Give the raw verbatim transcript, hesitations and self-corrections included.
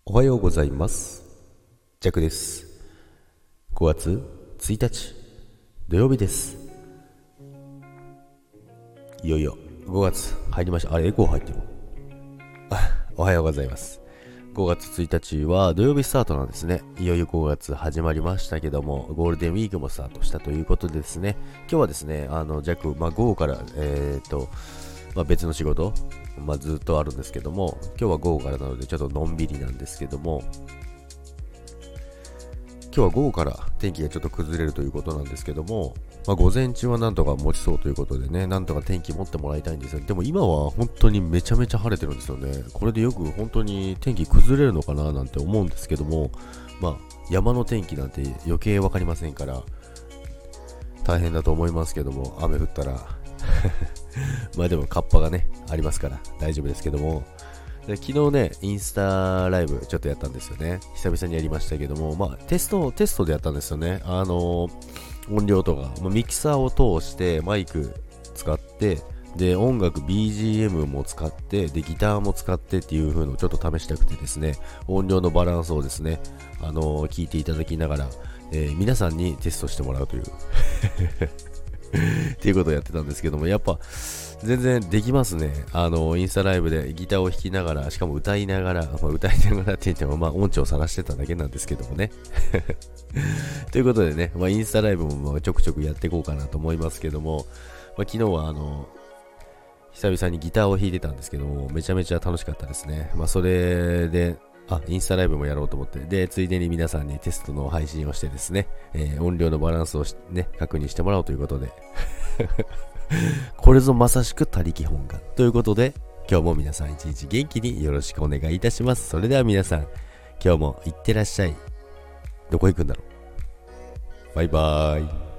おはようございます。ジャックです。ごがつついたち土曜日です。いよいよごがつ入りました。あれエコー入ってる。あおはようございます。ごがつついたちは土曜日スタートなんですね。いよいよごがつ始まりましたけども、ゴールデンウィークもスタートしたということでですね、今日はですね、あのジャック、まあ、午後からえー、っとまあ、別の仕事、まあ、ずっとあるんですけども、今日は午後からなのでちょっとのんびりなんですけども、今日は午後から天気がちょっと崩れるということなんですけども、まあ、午前中はなんとか持ちそうということでね、なんとか天気持ってもらいたいんですよ。でも今は本当にめちゃめちゃ晴れてるんですよね。これでよく本当に天気崩れるのかななんて思うんですけども、まあ山の天気なんて余計わかりませんから大変だと思いますけども、雨降ったらまあでもカッパがねありますから大丈夫ですけども、で昨日ねインスタライブちょっとやったんですよね。久々にやりましたけども、まあテストテストでやったんですよね。あのー音量とか、まあ、ミキサーを通してマイク使って、で音楽 ビージーエム も使って、でギターも使ってっていう風のをちょっと試したくてですね、音量のバランスをですね、あのー聞いていただきながら、えー皆さんにテストしてもらうというっていうことをやってたんですけども、やっぱ全然できますね。あのインスタライブでギターを弾きながら、しかも歌いながら、まあ、歌いながらって言っても、まあ音痴を探してただけなんですけどもねということでね、まあ、インスタライブもちょくちょくやっていこうかなと思いますけども、まあ、昨日はあの久々にギターを弾いてたんですけども、めちゃめちゃ楽しかったですね。まあそれであ、インスタライブもやろうと思って、で、ついでに皆さんにテストの配信をしてですね、えー音量のバランスをね、確認してもらおうということでこれぞまさしく他力本願ということで、今日も皆さん一日元気によろしくお願いいたします。それでは皆さん、今日もいってらっしゃい。どこ行くんだろう。バイバーイ。